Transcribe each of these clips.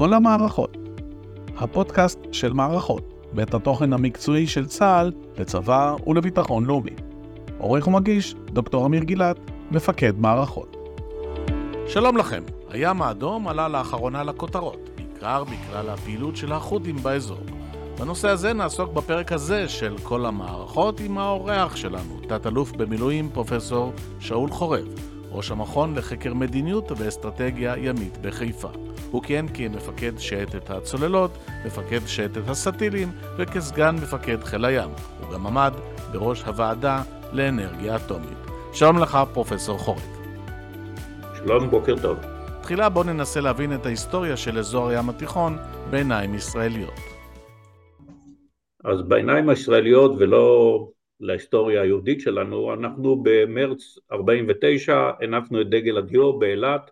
כל המערכות, הפודקאסט של מערכות, בית התוכן המקצועי של צה"ל לצבא ולביטחון לאומי. עורך ומגיש דוקטור אמיר גילת, מפקד מערכות. שלום לכם, הים האדום עלה לאחרונה לכותרות, בעיקר בגלל הפעילות של החות'ים באזור. בנושא הזה נעסוק בפרק הזה של כל המערכות עם האורח שלנו, תת-אלוף במילואים פרופסור שאול חורב, ראש המכון לחקר מדיניות ואסטרטגיה ימית בחיפה. הוא כיהן כמפקד שייטת הצוללות, מפקד שייטת הסטילים וכסגן מפקד חיל הים. הוא גם עמד בראש הוועדה לאנרגיה אטומית. שלום לך פרופסור חורב. שלום, בוקר טוב. תחילה בוא ננסה להבין את ההיסטוריה של אזור הים התיכון בעיניים ישראליות. אז בעיניים הישראליות ולא להיסטוריה היהודית שלנו, אנחנו במרץ 49 הנפנו את דגל הדיו באילת,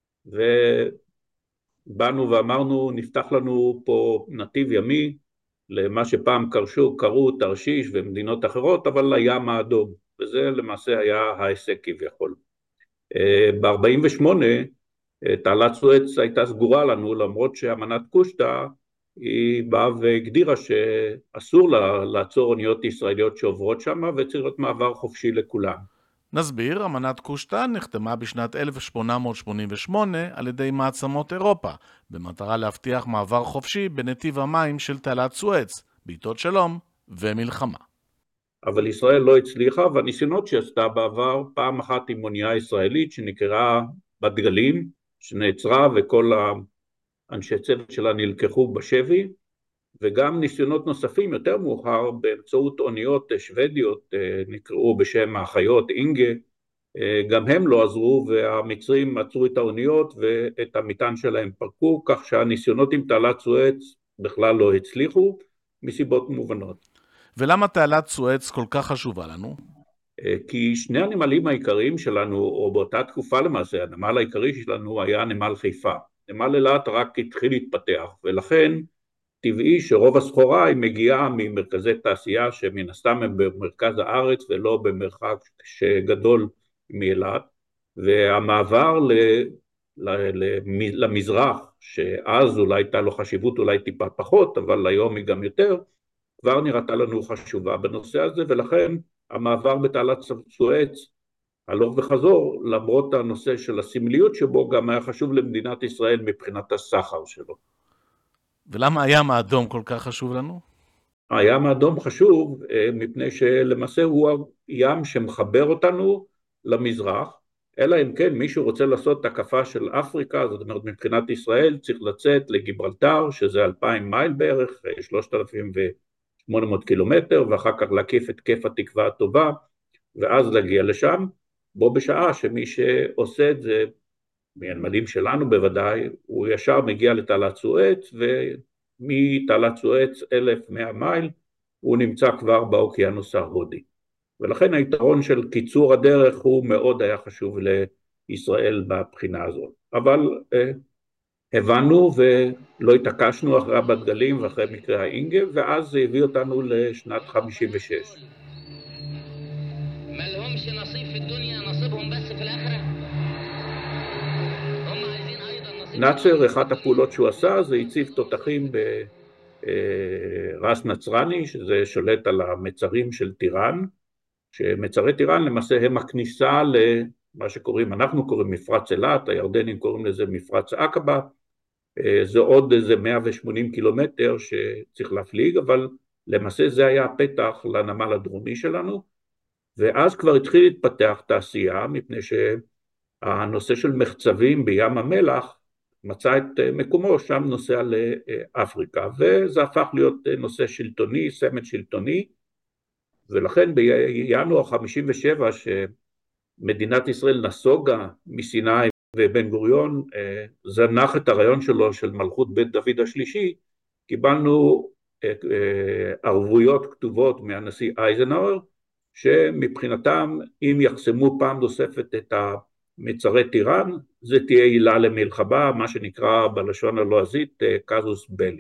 ובאנו ואמרנו נפתח לנו פה נתיב ימי למה שפעם קראו תרשיש ומדינות אחרות, אבל לים האדום, וזה למעשה היה ההישג כביכול. ב-48 תעלת סואץ הייתה סגורה לנו, למרות שאמנת קושטא היא באה והגדירה שאסור לעצור אוניות ישראליות שעוברות שם, וצריך להיות מעבר חופשי לכולם. נסביר, אמנת קושטא נחתמה בשנת 1888 על ידי מעצמות אירופה, במטרה להבטיח מעבר חופשי בנתיב המים של תעלת סואץ, בעיתות שלום ומלחמה. אבל ישראל לא הצליחה, והניסיונות שעשתה בעבר, פעם אחת עם אונייה ישראלית שנקראה בת גלים, שנעצרה וכל אנשי צוות שלה נלקחו בשבי, וגם ניסיונות נוספים יותר מאוחר באמצעות אוניות שוודיות, נקראו בשם האחיות אינגה, גם הם לא עזרו, והמצרים עצרו את האוניות ואת המטען שלהם פרקו, כך שהניסיונות עם תעלת סואץ בכלל לא הצליחו, מסיבות מובנות. ולמה תעלת סואץ כל כך חשובה לנו? כי שני הנמלים העיקריים שלנו, או באותה תקופה למעשה, הנמל העיקרי שלנו היה נמל חיפה. נמל אילת רק התחיל להתפתח, ולכן טבעי שרוב הסחורה היא מגיעה ממרכזי תעשייה שמן הסתם הם במרכז הארץ ולא במרחק שגדול מאילת, והמעבר למזרח, שאז אולי הייתה לו חשיבות אולי טיפה פחות, אבל היום היא גם יותר, כבר נראתה לנו חשובה בנושא הזה, ולכן המעבר בתעלת סואץ הלוך וחזור, למרות הנושא של הסמליות שבו גם היה חשוב למדינת ישראל מבחינת הסחר שלו. ולמה הים האדום כל כך חשוב לנו? הים האדום חשוב מפני שלמעשה הוא הים שמחבר אותנו למזרח, אלא אם כן מישהו רוצה לעשות הקפה של אפריקה, זאת אומרת מבחינת ישראל צריך לצאת לגיברלטר, שזה 2,000 מייל בערך, 3,800 קילומטר, ואחר כך להקיף את כיף התקווה הטובה, ואז להגיע לשם, בו בשעה שמי שעושה את זה, מהנמלים שלנו בוודאי, הוא ישר מגיע לתעלת סואץ, ומתעלת סואץ 1,100 מייל, הוא נמצא כבר באוקיינוס ההודי. ולכן היתרון של קיצור הדרך הוא מאוד היה חשוב לישראל בבחינה הזאת. אבל הבנו ולא התעקשנו אחרי הבת גלים ואחרי מקרה האינגה, ואז זה הביא אותנו לשנת 56. נאצר, אחת הפעולות שהוא עשה, זה הציב תותחים ברס נצרני, שזה שולט על המצרים של טיראן, שמצרי טיראן למעשה הם הכניסה למה שקוראים, אנחנו קוראים מפרץ אילת, הירדנים קוראים לזה מפרץ עקבה, זה עוד איזה 180 קילומטר שצריך להפליג, אבל למעשה זה היה הפתח לנמל הדרומי שלנו, ואז כבר התחיל להתפתח תעשייה, מפני שהנושא של מחצבים בים המלח, מצא את מקומו, שם נוסע לאפריקה, וזה הפך להיות נושא שלטוני, סמל שלטוני, ולכן בינואר 57, שמדינת ישראל נסוגה מסיני ובן גוריון, זנח את הרעיון שלו של מלכות בית דוד השלישי, קיבלנו ערבויות כתובות מהנשיא אייזנהאואר, שמבחינתם אם יחסמו פעם נוספת את מצרי טיראן, זה תהיה עילה למלחמה, מה שנקרא בלשון הלועזית קזוס בלי.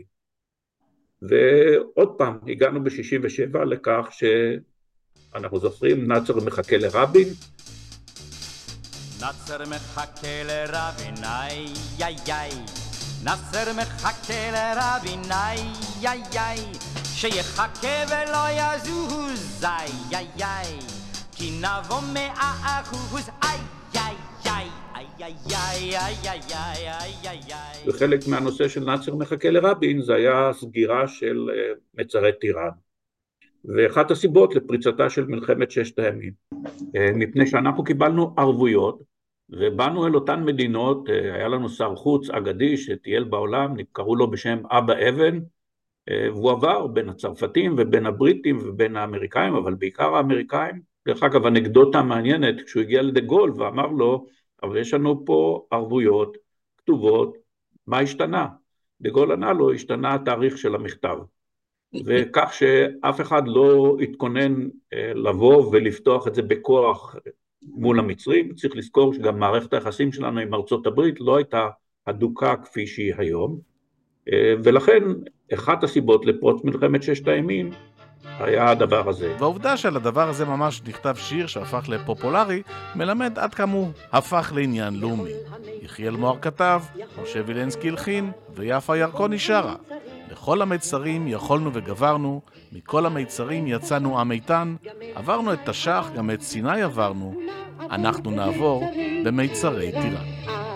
ועוד פעם, הגענו ב-67 לכך שאנחנו זוכרים, נאצר מחכה לרבין. נאצר מחכה לרבין, איי איי איי, נאסר מחכה לרבין, איי איי איי, שיחכה ולא יזוז, איי איי איי, כי נבוא 100%, איי איי איי, איי איי איי, איי איי איי, איי איי. וחלק מהנושא של נאסר מחכה לרבין זה היה סגירה של מצרי טיראן. ואחת הסיבות לפריצתה של מלחמת ששת הימים, מפני שאנחנו קיבלנו ערבויות, ובאנו אל אותן מדינות, היה לנו שר חוץ אגדי שטייל בעולם, קראו לו בשם אבא אבן, והוא עבר בין הצרפתים ובין הבריטים ובין האמריקאים, אבל בעיקר האמריקאים. דרך אגב, אנקדוטה מעניינת, כשהוא הגיע לדה גול ואמר לו, אבל יש לנו פה ערבויות כתובות, מה השתנה? דה גול ענה לו, השתנה התאריך של המכתב. וכך שאף אחד לא התכונן לבוא ולפתוח את זה בכוח מול המצרים. צריך לזכור שגם מערכת היחסים שלנו עם ארצות הברית לא הייתה הדוקה כפי שהיא היום, ולכן אחת הסיבות לפרוץ מלחמת ששת הימים היה הדבר הזה. והעובדה שעל הדבר הזה ממש נכתב שיר שהפך לפופולרי, מלמד עד כמה הוא הפך לעניין לאומי. יחיאל מוהר כתב, משה וילנסקי הלחין, ויפה ירקוני שרה. לכל המיצרים יכולנו וגברנו, מכל המיצרים יצאנו עם איתן, עברנו את תש"ח, גם את סיני עברנו, אנחנו נעבור במיצרי טיראן.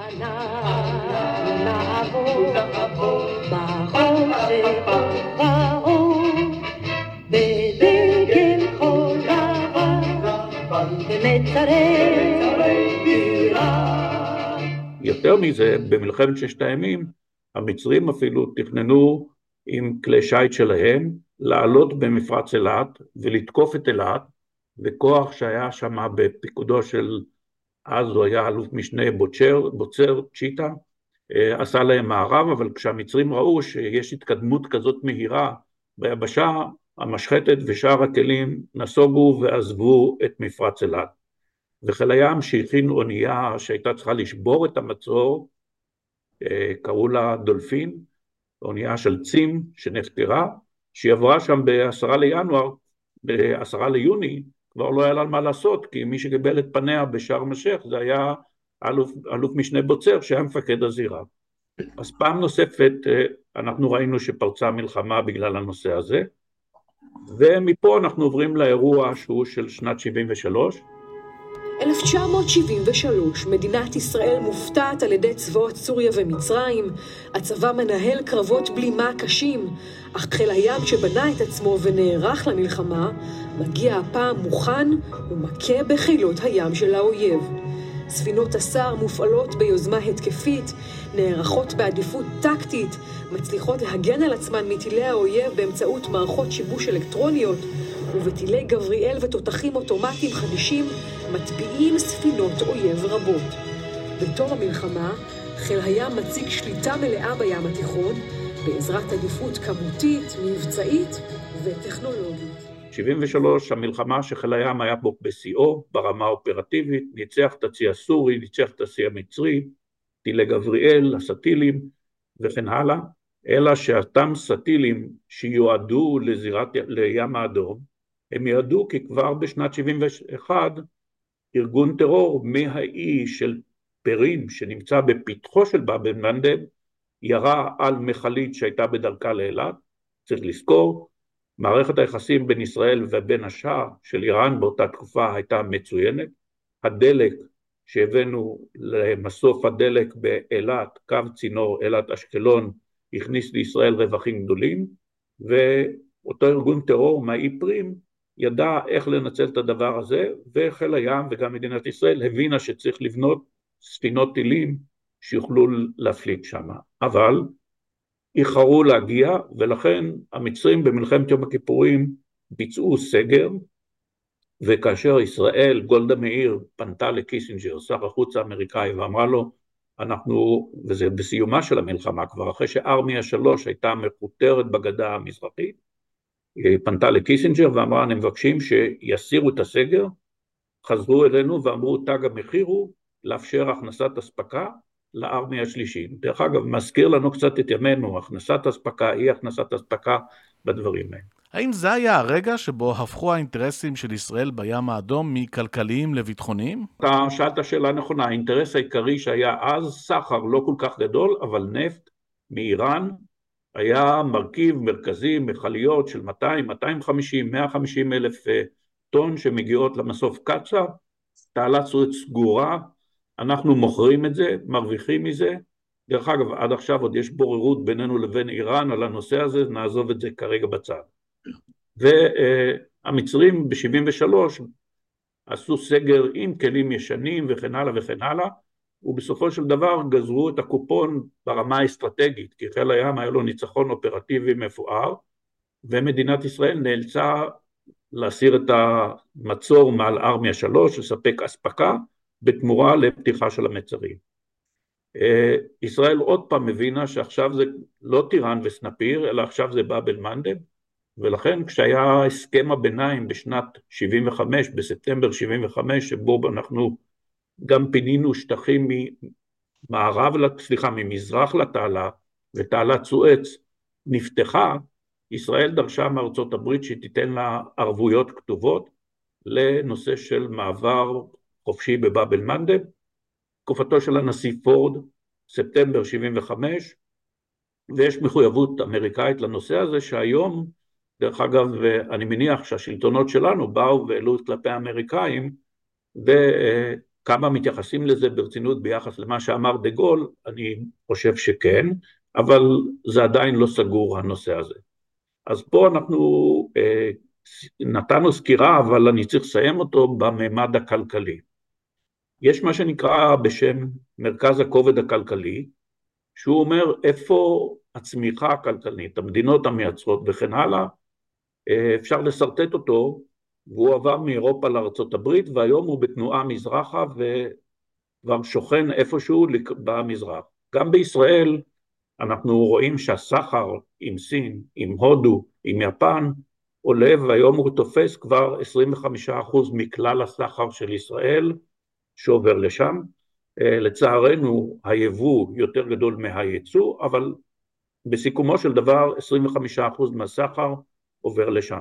יותר מזה, במלחמת ששת הימים, המצרים אפילו תכננו עם כלי שיט שלהם, לעלות במפרץ אילת ולתקוף את אילת, וכוח שהיה שם בפיקודו של, אז הוא היה אלוף משנה בוצר צ'יטה, עשה להם מערב, אבל כשהמצרים ראו שיש התקדמות כזאת מהירה ביבשה, המשחטת ושאר הכלים נסוגו ועזבו את מפרץ אילת. וחיל הים שהכין אונייה שהייתה צריכה לשבור את המצור, קראו לה דולפין, אונייה של צים שנחתרה, שהיא עברה שם ב10 לינואר, ב10 ליוני, כבר לא היה לה מה לעשות, כי מי שקיבל את פניה בשארם א-שייח זה היה אלוף משנה בוצר שהיה מפקד הזירה. אז פעם נוספת אנחנו ראינו שפרצה מלחמה בגלל הנושא הזה, ומפה אנחנו עוברים לאירוע שהוא של שנת 73. 1973, מדינת ישראל מופתעת על ידי צבאות סוריה ומצרים, הצבא מנהל קרבות בלימה קשים, אך חיל הים שבנה את עצמו ונערך למלחמה, מגיע הפעם מוכן ומכה בחילות הים של האויב. ספינות הסער מופעלות ביוזמה התקפית, נערכות בעדיפות טקטית, מצליחות להגן על עצמן מטילי האויב באמצעות מערכות שיבוש אלקטרוניות, ובטילי גבריאל ותותחים אוטומטיים חדישים מטביעים ספינות אויב רבות. בתום המלחמה, חיל הים מציג שליטה מלאה בים התיכון, בעזרת עדיפות כמותית, מבצעית וטכנולוגית. 73, המלחמה שחיל הים היה בו בשיאו, ברמה האופרטיבית, ניצח את הצי הסורי, ניצח את הצי המצרי, טילי גבריאל, הסטילים וכן הלאה, אלא שאותם סטילים שיועדו לים האדום, הם ידעו כי כבר בשנת 71 ארגון טרור מהאי של פרים שנמצא בפתחו של באב אל-מנדב ירה על מכלית שהייתה בדרכה לאילת. צריך לזכור, מערכת היחסים בין ישראל ובין השאה של איראן באותה תקופה הייתה מצוינת. הדלק שהבאנו למסוף הדלק באילת, קו צינור אילת אשקלון, הכניס לישראל רווחים גדולים, ואותו ארגון טרור מהאי פרים ידע איך לנצל את הדבר הזה, וחיל הים וגם מדינת ישראל הבינה שצריך לבנות ספינות טילים שיוכלו להפליט שם. אבל איחרו להגיע, ולכן המצרים במלחמת יום הכיפורים ביצעו סגר, וכאשר ישראל, גולדה מאיר, פנתה לקיסינג'ר, שר החוץ האמריקאי, ואמרה לו, וזה בסיומה של המלחמה כבר, אחרי שארמיה 3 הייתה מחותרת בגדה המזרחית, היא פנתה לקיסינג'ר ואמרה, אני מבקשים שיסירו את הסגר, חזרו אלינו ואמרו, תג המחיר הוא לאפשר הכנסת הספקה לארמיה השלישית. דרך אגב, מזכיר לנו קצת את ימינו, הכנסת הספקה היא הכנסת הספקה בדברים האלה. האם זה היה הרגע שבו הפכו האינטרסים של ישראל בים האדום מכלכליים לביטחוניים? אתה שאלת שאלה נכונה, האינטרס העיקרי שהיה אז סחר לא כל כך גדול, אבל נפט מאיראן, היה מרכיב מרכזי, מכליות של 200, 250, 150 אלף טון שמגיעות למסוף קצה, תעלת סואץ סגורה, אנחנו מוכרים את זה, מרוויחים מזה, דרך אגב עד עכשיו עוד יש בוררות בינינו לבין איראן על הנושא הזה, נעזוב את זה כרגע בצד. והמצרים ב-73 עשו סגר עם כלים ישנים וכן הלאה וכן הלאה, ובסופו של דבר גזרו את הקופון ברמה האסטרטגית, כי חיל הים היה לו ניצחון אופרטיבי מפואר, ומדינת ישראל נאלצה להסיר את המצור מעל ארמיה 3, לספק אספקה בתמורה לפתיחה של המצרים. ישראל עוד פעם מבינה שעכשיו זה לא טיראן וסנפיר, אלא עכשיו זה באב אל-מנדב, ולכן כשהיה הסכם הביניים בשנת 75, בספטמבר 75, שבו אנחנו גם פינינו שטחים ממזרח לתעלה, ותעלת סואץ נפתחה, ישראל דרשה מארצות הברית שתיתן לה ערבויות כתובות לנושא של מעבר חופשי בבאב אל-מנדב, תקופתו של הנשיא פורד, ספטמבר 75, ויש מחויבות אמריקאית לנושא הזה שהיום, דרך אגב, אני מניח שהשלטונות שלנו באו והעלו כלפי האמריקאים, וכמה מתייחסים לזה ברצינות ביחס למה שאמר דה גול, אני חושב שכן, אבל זה עדיין לא סגור הנושא הזה. אז פה אנחנו נתנו סקירה, אבל אני צריך לסיים אותו בממד הכלכלי. יש מה שנקרא בשם מרכז הכובד הכלכלי, שהוא אומר איפה הצמיחה הכלכלית, המדינות המייצרות וכן הלאה, אפשר לסרטט אותו, והוא עבר מאירופה לארצות הברית, והיום הוא בתנועה מזרחה וכבר שוכן איפשהו במזרח. גם בישראל אנחנו רואים שהסחר עם סין, עם הודו, עם יפן, עולה, והיום הוא תופס כבר 25% מכלל הסחר של ישראל שעובר לשם. לצערנו היבוא יותר גדול מהייצוא, אבל בסיכומו של דבר 25% מהסחר עובר לשם.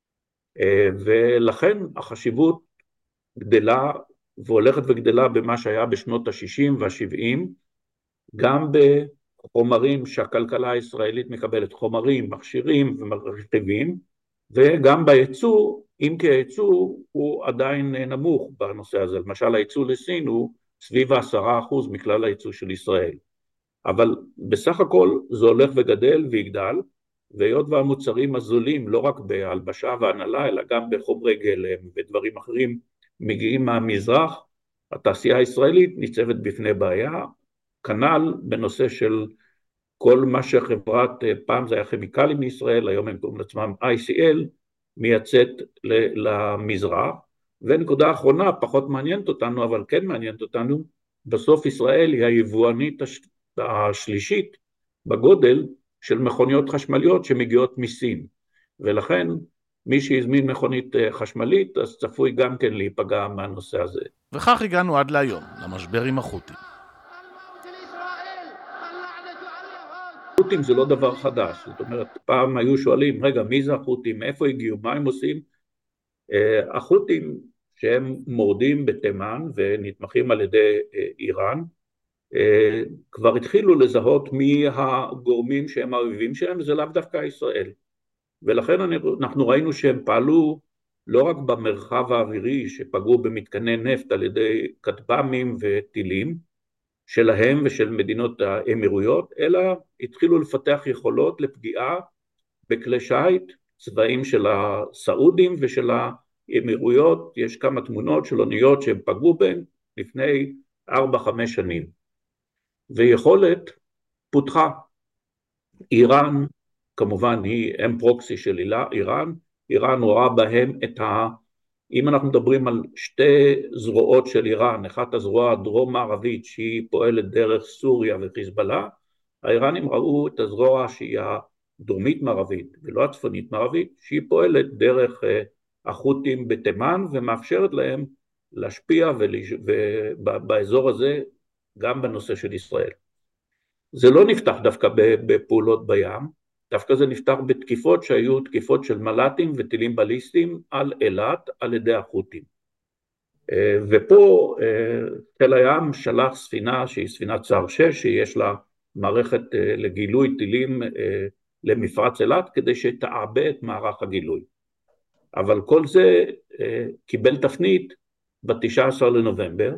ולכן החשיבות גדלה והולכת וגדלה במה שהיה בשנות ה-60 וה-70, גם בחומרים שהכלכלה הישראלית מקבלת, חומרים, מכשירים ומרכיבים, וגם בייצוא, אם כי הייצוא הוא עדיין נמוך בנושא הזה. למשל הייצוא לסין הוא סביב 10% מכלל הייצוא של ישראל. אבל בסך הכל זה הולך וגדל ויגדל, והיות והמוצרים הזולים לא רק בהלבשה והנהלה, אלא גם בחומרי גלם ודברים אחרים מגיעים מהמזרח, התעשייה הישראלית ניצבת בפני בעיה, כנ"ל בנושא של כל מה שחברת, פעם זה היה כימיקלים מישראל, היום הם קוראים לעצמם ICL, מייצאת למזרח. ונקודה אחרונה, פחות מעניינת אותנו, אבל כן מעניינת אותנו, בסוף ישראל היא היבואנית השלישית בגודל של מכוניות חשמליות שמגיעות מסין, ולכן מי שהזמין מכונית חשמלית אז צפוי גם כן להיפגע מהנושא הזה. וכך הגענו עד להיום, למשבר עם החות'ים. החות'ים זה לא דבר חדש, זאת אומרת, פעם היו שואלים, רגע, מי זה החות'ים, מאיפה הגיעו, מה הם עושים? החות'ים שהם מורדים בתימן ונתמכים על ידי איראן, כבר התחילו לזהות מי הגורמים שהם האויבים שלהם, וזה לאו דווקא ישראל. ולכן אנחנו ראינו שהם פעלו לא רק במרחב האווירי, שפגעו במתקני נפט על ידי כטב"מים וטילים שלהם ושל מדינות האמירויות, אלא התחילו לפתח יכולות לפגיעה בכלי שיט, צבאים של הסעודים ושל האמירויות. יש כמה תמונות של אוניות שהם פגעו בהן לפני 4-5 שנים. ויכולת פותחה. איראן, כמובן היא אם פרוקסי של איראן, איראן רואה בהם אם אנחנו מדברים על שתי זרועות של איראן, אחת הזרוע הדרום מערבית שהיא פועלת דרך סוריה וחיזבאללה, האיראנים ראו את הזרוע שהיא הדרומית מערבית ולא הצפונית מערבית, שהיא פועלת דרך החות'ים בתימן ומאפשרת להם להשפיע באזור הזה גם בנושא של ישראל. זה לא נפתח דווקא בפעולות בים, דווקא זה נפתח בתקיפות שהיו תקיפות של מל"טים וטילים בליסטיים על אילת על ידי החות'ים. ופה חיל הים שלח ספינה שהיא ספינת צער 6, שיש לה מערכת לגילוי טילים למפרץ אילת, כדי שתעבה את מערך הגילוי. אבל כל זה קיבל תפנית ב-19 לנובמבר,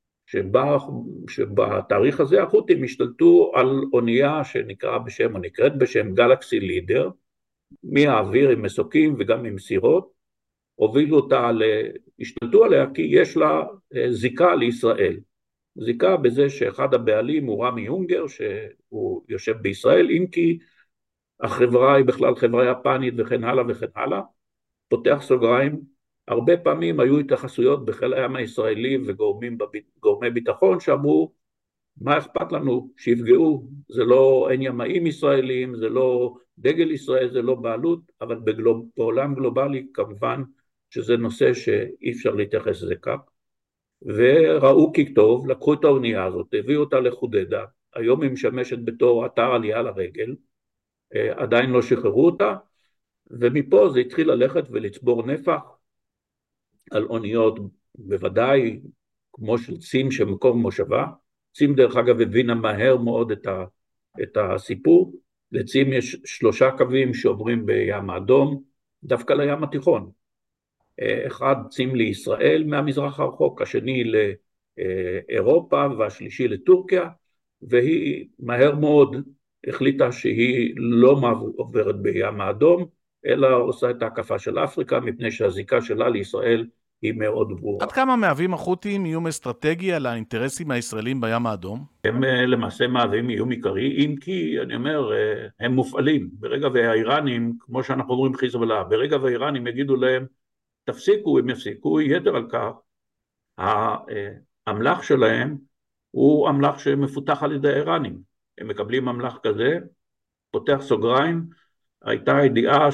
שבתאריך הזה החות'ים השתלטו על אונייה שנקראת בשם גלקסי לידר, מהאוויר עם מסוקים וגם עם סירות, הובילו אותה, השתלטו עליה כי יש לה זיקה לישראל. זיקה בזה שאחד הבעלים הוא רמי הונגר, שהוא יושב בישראל, אם כי החברה היא בכלל חברה יפנית וכן הלאה וכן הלאה. פותח סוגריים, הרבה פעמים היו התייחסויות בחיל הים הישראלי וגורמי ביטחון שאמרו, מה אכפת לנו שיפגעו, זה לא, אין ימאים ישראלים, זה לא דגל ישראל, זה לא בעלות, אבל בעולם גלובלי כמובן שזה נושא שאי אפשר להתייחס לזה כך. וראו כי טוב, לקחו את האונייה הזאת, הביאו אותה לחודדה, היום היא משמשת בתור אתר עלייה לרגל, עדיין לא שחררו אותה, ומפה זה התחיל ללכת ולצבור נפח על אוניות, בוודאי כמו של צים שמקום מושבה. צים דרך אגב הבינה מהר מאוד את הסיפור. לצים יש 3 קווים שעוברים בים האדום, דווקא לים התיכון. אחד צים לישראל מהמזרח הרחוק, השני לאירופה והשלישי לטורקיה, והיא מהר מאוד החליטה שהיא לא עוברת בים האדום, אלא עושה את ההקפה של אפריקה, מפני שהזיקה שלה לישראל היא מאוד ברורה. עד כמה מהווים החות'ים איום אסטרטגי על האינטרסים הישראלים בים האדום? הם למעשה מהווים איום עיקרי, אם כי אני אומר, הם מופעלים. ברגע והאיראנים, כמו שאנחנו אומרים חיזבאללה, ברגע והאיראנים יגידו להם, תפסיקו, הם יפסיקו, יתר על כך, האמל"ח שלהם הוא אמל"ח שמפותח על ידי האיראנים. הם מקבלים אמל"ח כזה, פותח סוגריים, הייתה ידיעה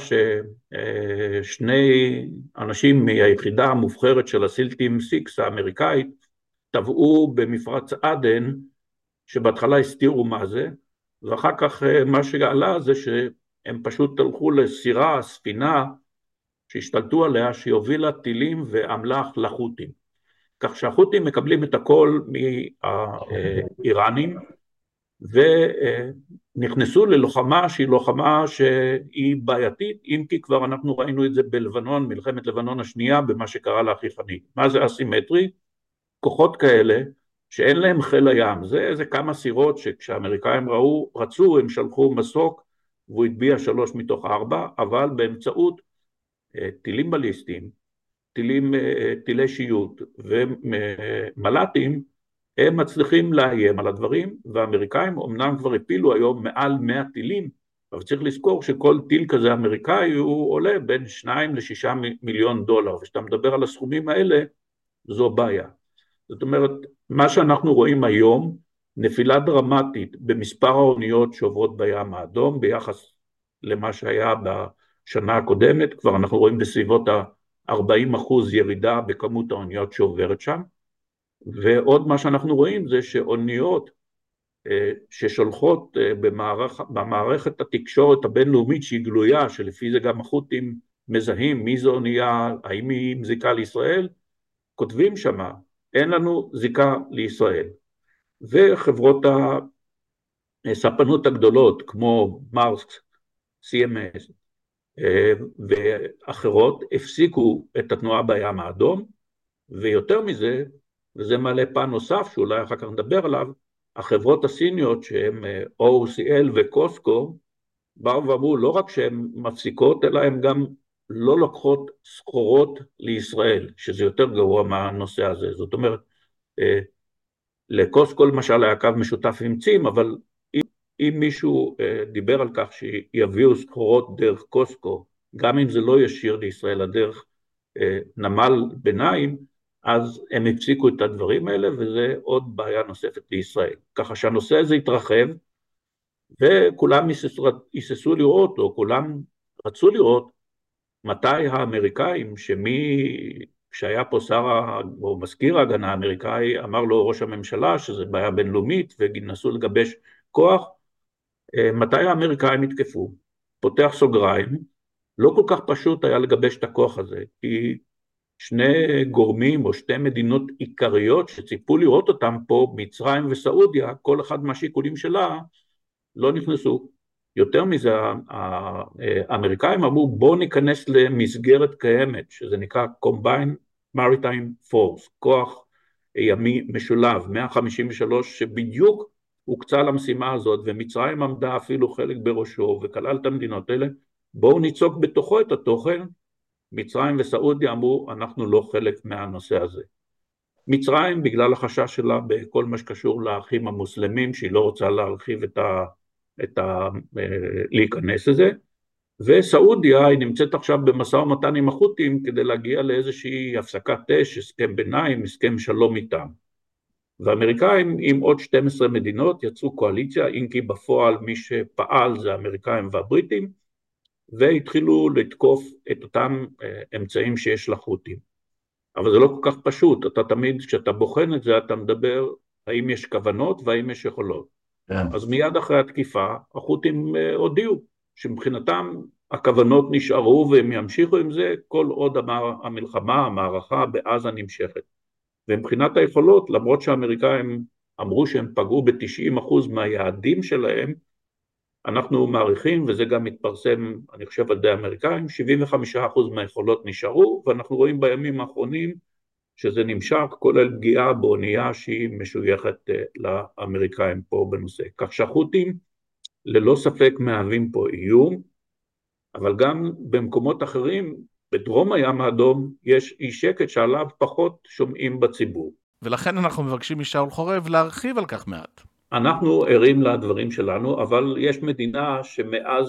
ששני אנשים מהיחידה המובחרת של הסילטים 6 האמריקאית, טבעו במפרץ עדן, שבהתחלה הסתירו מה זה, ואחר כך מה שעלה זה שהם פשוט הלכו לסירה, ספינה, שהשתלטו עליה, שהובילה טילים ואמל"ח לחות'ים. כך שהחות'ים מקבלים את הכל מהאיראנים, ונכנסו ללוחמה שהיא לוחמה שהיא בעייתית, אם כי כבר אנחנו ראינו את זה בלבנון, מלחמת לבנון השנייה, במה שקרה לאחיפנית. מה זה אסימטרי? כוחות כאלה שאין להם חיל הים, זה כמה סירות שכשהאמריקאים רצו, הם שלחו מסוק, והוא הטביע 3 מתוך 4, אבל באמצעות טילים בליסטיים, טילי שיוט ומל"טים, הם מצליחים לאיים על הדברים, והאמריקאים אמנם כבר הפילו היום מעל 100 טילים, אבל צריך לזכור שכל טיל כזה אמריקאי הוא עולה בין 2 ל-6 מיליון דולר, ושאתה מדבר על הסכומים האלה, זו בעיה. זאת אומרת, מה שאנחנו רואים היום, נפילה דרמטית במספר האוניות שעוברות בים האדום, ביחס למה שהיה בשנה הקודמת, כבר אנחנו רואים בסביבות ה-40% ירידה בכמות האוניות שעוברת שם, ועוד מה שאנחנו רואים זה שאוניות ששולחות במערכת התקשורת הבינלאומית שהיא גלויה, שלפי זה גם החות'ים מזהים מי זו אונייה, האם היא עם זיקה לישראל, כותבים שמה, אין לנו זיקה לישראל. וחברות הספנות הגדולות כמו מארסק, CMS ואחרות הפסיקו את התנועה בים האדום, ויותר מזה, וזה מעלה פן נוסף שאולי אחר כך נדבר עליו, החברות הסיניות שהן OCL וקוסקו, באו ואמרו לא רק שהן מפסיקות, אלא הן גם לא לוקחות סחורות לישראל, שזה יותר גרוע מהנושא הזה. זאת אומרת, לקוסקו למשל היה קו משותף עם צים, אבל אם מישהו דיבר על כך שיביאו סחורות דרך קוסקו, גם אם זה לא ישיר לישראל, הדרך נמל ביניים, אז הם הפסיקו את הדברים האלה, וזה עוד בעיה נוספת לישראל. ככה שהנושא הזה התרחב, וכולם היססו לראות, או כולם רצו לראות, מתי האמריקאים, כשהיה פה שר או מזכיר ההגנה האמריקאי, אמר לו ראש הממשלה שזה בעיה בינלאומית, ונסו לגבש כוח, מתי האמריקאים התקפו? פותח סוגריים, לא כל כך פשוט היה לגבש את הכוח הזה, כי שני גורמים או שתי מדינות עיקריות שציפו לראות אותם פה, מצרים וסעודיה, כל אחד מהשיקולים שלה, לא נכנסו. יותר מזה, האמריקאים אמרו, בואו ניכנס למסגרת קיימת, שזה נקרא Combined Maritime Force, כוח ימי משולב, 153, שבדיוק הוקצה למשימה הזאת, ומצרים עמדה אפילו חלק בראשו, וכלל את המדינות האלה, בואו ניצוק בתוכו את התוכן. מצרים וסעודיה אמרו, אנחנו לא חלק מהנושא הזה. מצרים, בגלל החשש שלה בכל מה שקשור לאחים המוסלמים, שהיא לא רוצה להרחיב להיכנס לזה, וסעודיה היא נמצאת עכשיו במשא ומתן עם החות'ים כדי להגיע לאיזושהי הפסקת אש, הסכם ביניים, הסכם שלום איתם. והאמריקאים עם עוד 12 מדינות יצרו קואליציה, אם כי בפועל מי שפעל זה האמריקאים והבריטים, והתחילו לתקוף את אותם אמצעים שיש לחות'ים. אבל זה לא כל כך פשוט, אתה תמיד כשאתה בוחן את זה אתה מדבר האם יש כוונות והאם יש יכולות. אז מיד אחרי התקיפה החות'ים הודיעו שמבחינתם הכוונות נשארו והם ימשיכו עם זה כל עוד המלחמה, המערכה בעזה נמשכת. ומבחינת היכולות, למרות שהאמריקאים אמרו שהם פגעו ב-90% מהיעדים שלהם, אנחנו מעריכים, וזה גם מתפרסם, אני חושב על ידי האמריקאים, 75% מהיכולות נשארו, ואנחנו רואים בימים האחרונים שזה נמשך, כולל פגיעה באונייה שהיא משויכת לאמריקאים פה בנושא. כך שהחות'ים ללא ספק מהווים פה איום, אבל גם במקומות אחרים, בדרום הים האדום, יש אי שקט שעליו פחות שומעים בציבור. ולכן אנחנו מבקשים משאול חורב להרחיב על כך מעט. אנחנו ערים לדברים שלנו, אבל יש מדינה שמאז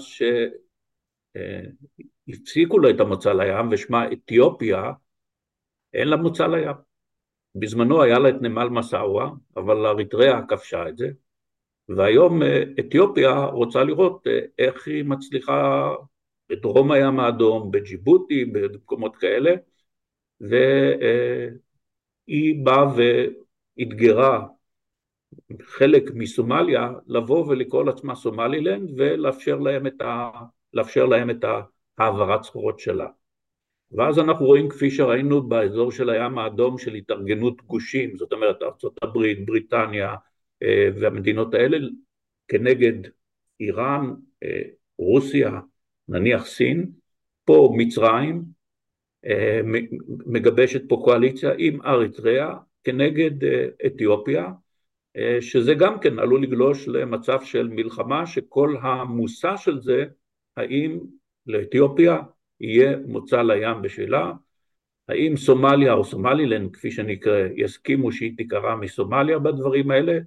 שהפסיקו לה את המוצא לים, ושמה אתיופיה, אין לה מוצא לים. בזמנו היה לה את נמל מסעווה, אבל אריתריאה כבשה את זה, והיום אתיופיה רוצה לראות איך היא מצליחה בדרום הים האדום, בג'יבוטי, במקומות כאלה, והיא באה והתגרה חלק מסומליה לבוא ולקרוא לעצמה סומלילנד ולאפשר להם את העברת סחורות שלה. ואז אנחנו רואים כפי שראינו באזור של הים האדום של התארגנות גושים, זאת אומרת ארצות הברית, בריטניה והמדינות האלה כנגד איראן, רוסיה, נניח סין, פה מצרים מגבשת פה קואליציה עם אריתריאה כנגד אתיופיה, שזה גם כן עלול לגלוש למצב של מלחמה שכל המושא של זה, האם לאתיופיה יהיה מוצא לים בשבילה, האם סומליה או סומלילנד כפי שנקרא יסכימו שהיא תיקרא מסומליה בדברים האלה,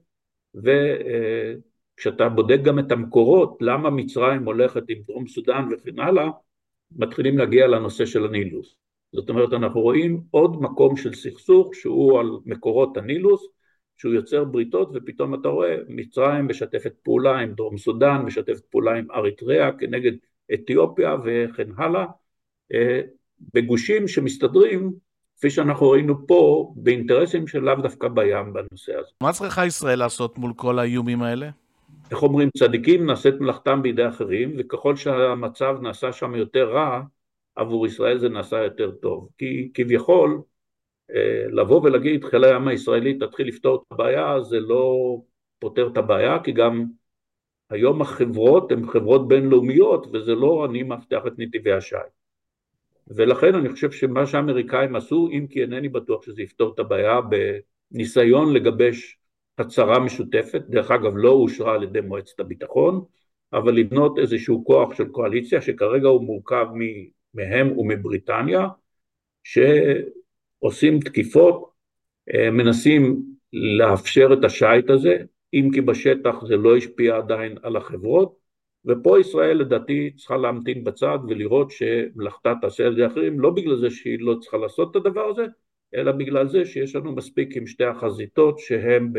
וכשאתה בודק גם את המקורות, למה מצרים הולכת עם דרום סודן וכן הלאה, מתחילים להגיע לנושא של הנילוס. זאת אומרת אנחנו רואים עוד מקום של סכסוך שהוא על מקורות הנילוס, שהוא יוצר בריתות ופתאום אתה רואה מצרים משתפת פעולה עם דרום סודן, משתפת פעולה עם אריתריאה כנגד אתיופיה וכן הלאה, בגושים שמסתדרים כפי שאנחנו ראינו פה באינטרסים של לאו דווקא בים בנושא הזה. מה צריכה ישראל לעשות מול כל האיומים האלה? איך אומרים, צדיקים נעשית מלאכתם בידי אחרים, וככל שהמצב נעשה שם יותר רע, עבור ישראל זה נעשה יותר טוב. כי כביכול, לבוא ולהגיד, חיל הים הישראלי תתחיל לפתור את הבעיה, זה לא פותר את הבעיה, כי גם היום החברות הן חברות בינלאומיות, וזה לא אני מבטיח את נתיבי השי. ולכן אני חושב שמה שהאמריקאים עשו, אם כי אינני בטוח שזה יפתור את הבעיה, בניסיון לגבש הצהרה משותפת, דרך אגב לא אושרה על ידי מועצת הביטחון, אבל לבנות איזשהו כוח של קואליציה, שכרגע הוא מורכב מהם ומבריטניה, שעושים תקיפות, מנסים לאפשר את השייט הזה, אם כי בשטח זה לא השפיע עדיין על החברות, ופה ישראל לדעתי צריכה להמתין בצד ולראות שמלאכתה תעשה על זה אחרים, לא בגלל זה שהיא לא צריכה לעשות את הדבר הזה, אלא בגלל זה שיש לנו מספיק עם שתי החזיתות שהן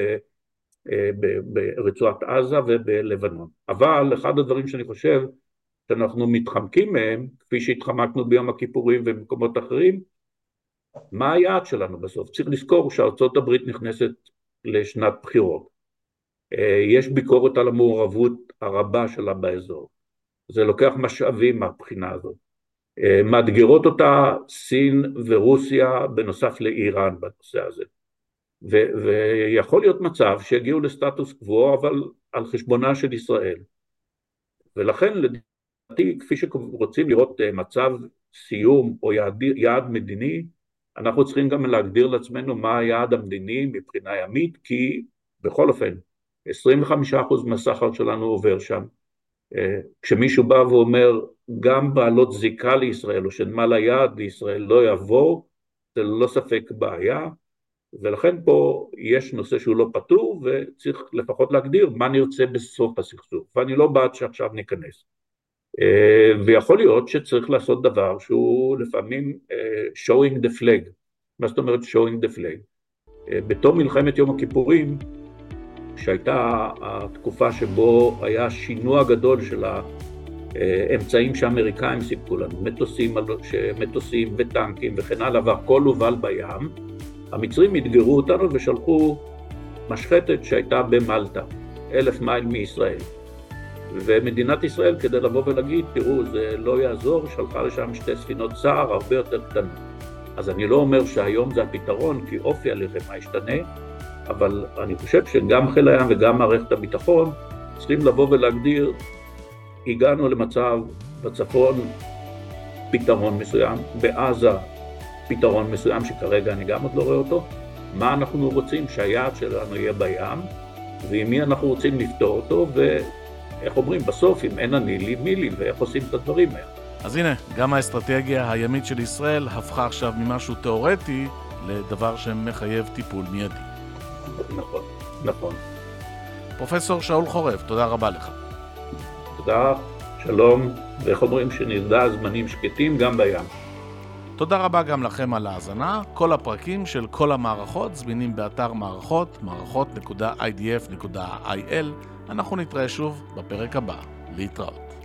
ברצועת עזה ובלבנון. אבל אחד הדברים שאני חושב שאנחנו מתחמקים מהם, כפי שהתחמקנו ביום הכיפורים ובמקומות אחרים, מה היעד שלנו בסוף? צריך לזכור שארצות הברית נכנסת לשנת בחירות. יש ביקורת על המעורבות הרבה שלה באזור. זה לוקח משאבים מהבחינה הזאת. מאתגרות אותה סין ורוסיה בנוסף לאיראן בנושא הזה. ויכול להיות מצב שהגיעו לסטטוס קוו, אבל על חשבונה של ישראל. ולכן לדעתי, כפי שרוצים לראות מצב סיום או יעד מדיני, אנחנו צריכים גם להגדיר לעצמנו מה היעד המדיני מבחינה ימית, כי בכל אופן 25% מהסחר שלנו עובר שם. כשמישהו בא ואומר גם בעלות זיקה לישראל או שנמל היעד לישראל לא יעבור, זה לא ספק בעיה, ולכן פה יש נושא שהוא לא פתור וצריך לפחות להגדיר מה נרצה בסוף הסכסוך, ואני לא בעד שעכשיו ניכנס. ויכול להיות שצריך לעשות דבר שהוא לפעמים showing the flag. מה זאת אומרת showing the flag? בתום מלחמת יום הכיפורים, שהייתה התקופה שבו היה שינוע גדול של האמצעים שהאמריקאים סיפקו לנו, מטוסים וטנקים וכן הלאה, והכל הובל בים, המצרים התגרו אותנו ושלחו משחטת שהייתה במלטה, 1,000 מייל מישראל. ומדינת ישראל כדי לבוא ולהגיד, תראו, זה לא יעזור, שלחה לשם 2 ספינות צער הרבה יותר קטנות. אז אני לא אומר שהיום זה הפתרון, כי אופי הלחימה ישתנה, אבל אני חושב שגם חיל הים וגם מערכת הביטחון צריכים לבוא ולהגדיר, הגענו למצב בצפון פתרון מסוים, בעזה פתרון מסוים שכרגע אני גם עוד לא רואה אותו, מה אנחנו רוצים שהיעד שלנו יהיה בים, ועם מי אנחנו רוצים לפתור אותו, ואיך אומרים, בסוף אם אין אני לי, מי לי, ואיך עושים את הדברים האלה. אז הנה, גם האסטרטגיה הימית של ישראל הפכה עכשיו ממשהו תיאורטי לדבר שמחייב טיפול מיידי. נכון, נכון. פרופסור שאול חורב, תודה רבה לך. תודה, שלום, ואיך אומרים שנדע זמנים שקטים גם בים. תודה רבה גם לכם על ההאזנה. כל הפרקים של כל המערכות זמינים באתר מערכות, מערכות.idf.il. אנחנו נתראה שוב בפרק הבא. להתראות.